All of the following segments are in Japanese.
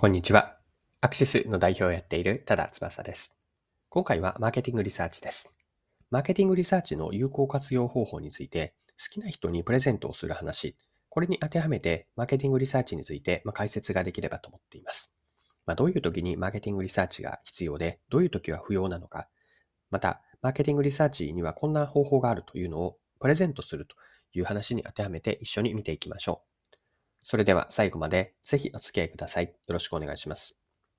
こんにちは。アクシスの代表をやっている多田翼です。今回はマーケティングリサーチです。マーケティングリサーチの有効活用方法について、好きな人にプレゼントをする話、これに当てはめてマーケティングリサーチについて解説ができればと思っています。どういう時にマーケティングリサーチが必要で、どういう時は不要なのか、また、マーケティングリサーチにはこんな方法があるというのをプレゼントするという話に当てはめて一緒に見ていきましょう。それでは最後までぜひお付き合いください。よろしくお願いします。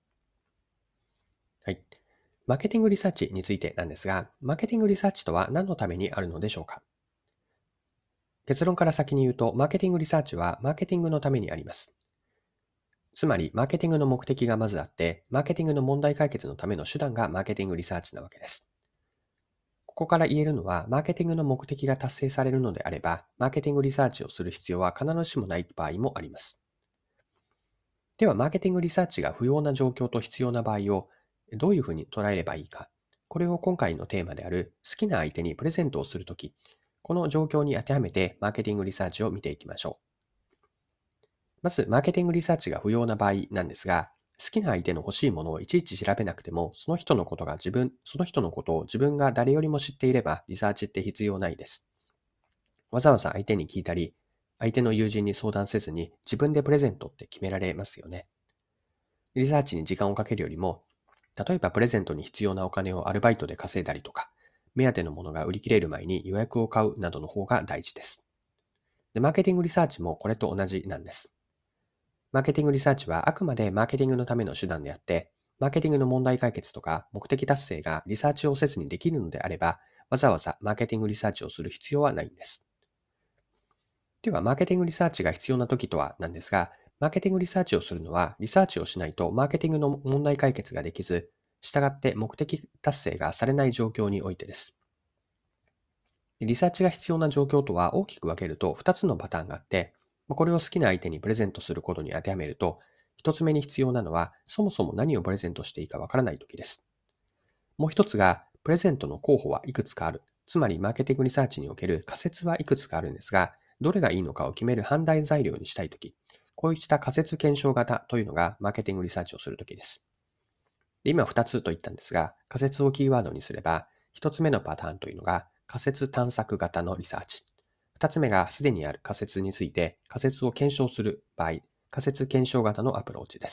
はい。マーケティングリサーチについてなんですが、マーケティングリサーチとは何のためにあるのでしょうか？結論から先に言うと、マーケティングリサーチはマーケティングのためにあります。つまり、マーケティングの目的がまずあって、マーケティングの問題解決のための手段がマーケティングリサーチなわけです。ここから言えるのは、マーケティングの目的が達成されるのであれば、マーケティングリサーチをする必要は必ずしもない場合もあります。では、マーケティングリサーチが不要な状況と必要な場合をどういうふうに捉えればいいか。これを今回のテーマである好きな相手にプレゼントをするとき、この状況に当てはめてマーケティングリサーチを見ていきましょう。まず、マーケティングリサーチが不要な場合なんですが、好きな相手の欲しいものをいちいち調べなくても、その人のことを自分が誰よりも知っていれば、リサーチって必要ないです。わざわざ相手に聞いたり、相手の友人に相談せずに自分でプレゼントって決められますよね。リサーチに時間をかけるよりも、例えばプレゼントに必要なお金をアルバイトで稼いだりとか、目当てのものが売り切れる前に予約を買うなどの方が大事です。で、マーケティングリサーチもこれと同じなんです。マーケティングリサーチはあくまでマーケティングのための手段であって、マーケティングの問題解決とか目的達成がリサーチをせずにできるのであれば、わざわざマーケティングリサーチをする必要はないんです。では、マーケティングリサーチが必要な時とはなんですが、マーケティングリサーチをするのは、リサーチをしないとマーケティングの問題解決ができず、従って目的達成がされない状況においてです。リサーチが必要な状況とは大きく分けると2つのパターンがあって、これを好きな相手にプレゼントすることに当てはめると、1つ目に必要なのは、そもそも何をプレゼントしていいかわからない時です。もう一つが、プレゼントの候補はいくつかある。つまり、マーケティングリサーチにおける仮説はいくつかあるんですが、どれがいいのかを決める判断材料にしたいとき、こういった仮説検証型というのがマーケティングリサーチをするときです。で、今2つと言ったんですが、仮説をキーワードにすれば、1つ目のパターンというのが仮説探索型のリサーチ。2つ目がすでにある仮説について仮説を検証する場合、仮説検証型のアプローチです。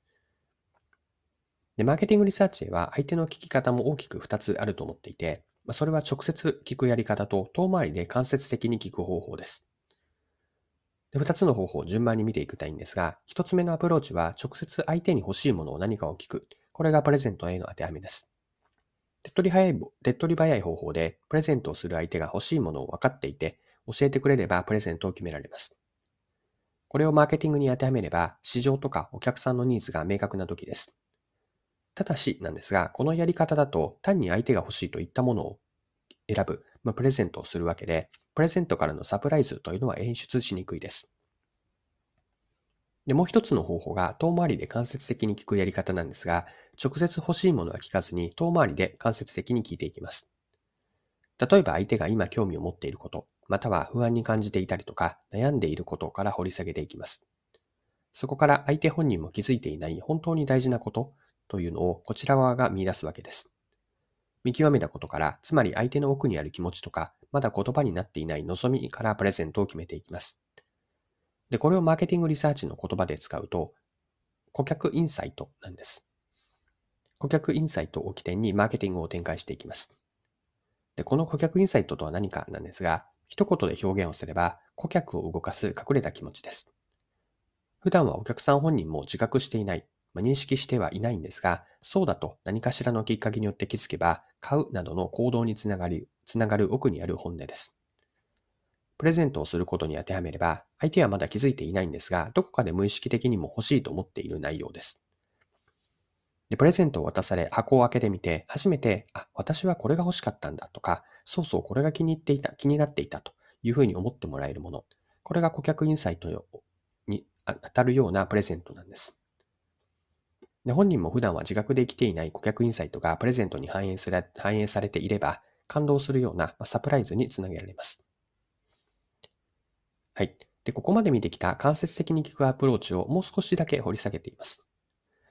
で、マーケティングリサーチは相手の聞き方も大きく2つあると思っていて、それは直接聞くやり方と遠回りで間接的に聞く方法です。で、2つの方法を順番に見ていきたいんですが、1つ目のアプローチは直接相手に欲しいものを何かを聞く。これがプレゼントへの当てはめです。手っ取り早い方法で、プレゼントをする相手が欲しいものを分かっていて、教えてくれればプレゼントを決められます。これをマーケティングに当てはめれば、市場とかお客さんのニーズが明確な時です。ただしなんですが、このやり方だと単に相手が欲しいといったものを選ぶ、プレゼントをするわけで、プレゼントからのサプライズというのは演出しにくいです。で、もう一つの方法が遠回りで間接的に聞くやり方なんですが、直接欲しいものは聞かずに遠回りで間接的に聞いていきます。例えば相手が今興味を持っていること、または不安に感じていたりとか悩んでいることから掘り下げていきます。そこから相手本人も気づいていない本当に大事なことというのをこちら側が見出すわけです。見極めたことから、つまり相手の奥にある気持ちとか、まだ言葉になっていない望みからプレゼントを決めていきます。で、これをマーケティングリサーチの言葉で使うと、顧客インサイトなんです。顧客インサイトを起点にマーケティングを展開していきます。で、この顧客インサイトとは何かなんですが、一言で表現をすれば、顧客を動かす隠れた気持ちです。普段はお客さん本人も自覚していない、認識してはいないんですが、そうだと何かしらのきっかけによって気づけば、買うなどの行動につながる奥にある本音です。プレゼントをすることに当てはめれば、相手はまだ気づいていないんですが、どこかで無意識的にも欲しいと思っている内容です。で、プレゼントを渡され、箱を開けてみて、初めて、私はこれが欲しかったんだとか、そうそう、これが気になっていたというふうに思ってもらえるもの。これが顧客インサイトに当たるようなプレゼントなんです。で、本人も普段は自覚できていない顧客インサイトがプレゼントに反映されていれば、感動するようなサプライズにつなげられます。はい。で、ここまで見てきた間接的に聞くアプローチをもう少しだけ掘り下げています。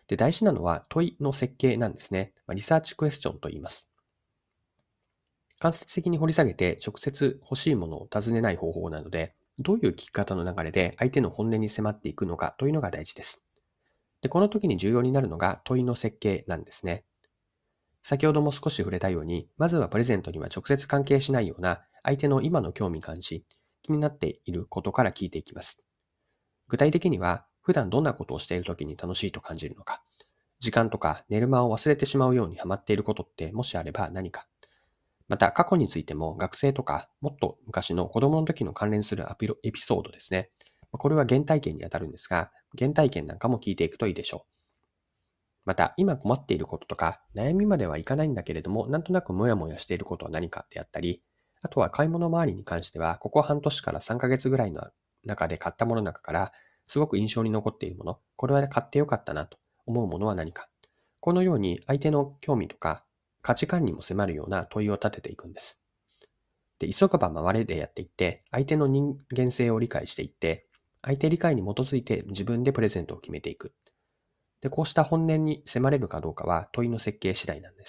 で、大事なのは問いの設計なんですね。リサーチクエスチョンと言います。間接的に掘り下げて直接欲しいものを尋ねない方法なので、どういう聞き方の流れで相手の本音に迫っていくのかというのが大事です。で、この時に重要になるのが問いの設計なんですね。先ほども少し触れたように、まずはプレゼントには直接関係しないような相手の今の興味関心、気になっていることから聞いていきます。具体的には、普段どんなことをしている時に楽しいと感じるのか、時間とか寝る間を忘れてしまうようにハマっていることってもしあれば何か、また過去についても学生とかもっと昔の子供の時の関連するエピソードですね。これは原体験にあたるんですが、原体験なんかも聞いていくといいでしょう。また、今困っていることとか、悩みまではいかないんだけれども、なんとなくモヤモヤしていることは何かであったり、あとは買い物周りに関しては、ここ半年から3ヶ月ぐらいの中で買ったものの中から、すごく印象に残っているもの、これは買ってよかったなと思うものは何か。このように相手の興味とか価値観にも迫るような問いを立てていくんです。で、急がば回れでやっていって、相手の人間性を理解していって、相手理解に基づいて自分でプレゼントを決めていく。で、こうした本音に迫れるかどうかは問いの設計次第なんです。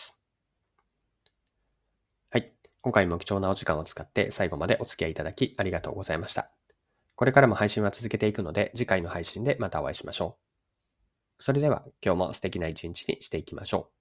はい。今回も貴重なお時間を使って最後までお付き合いいただきありがとうございました。これからも配信は続けていくので、次回の配信でまたお会いしましょう。それでは今日も素敵な一日にしていきましょう。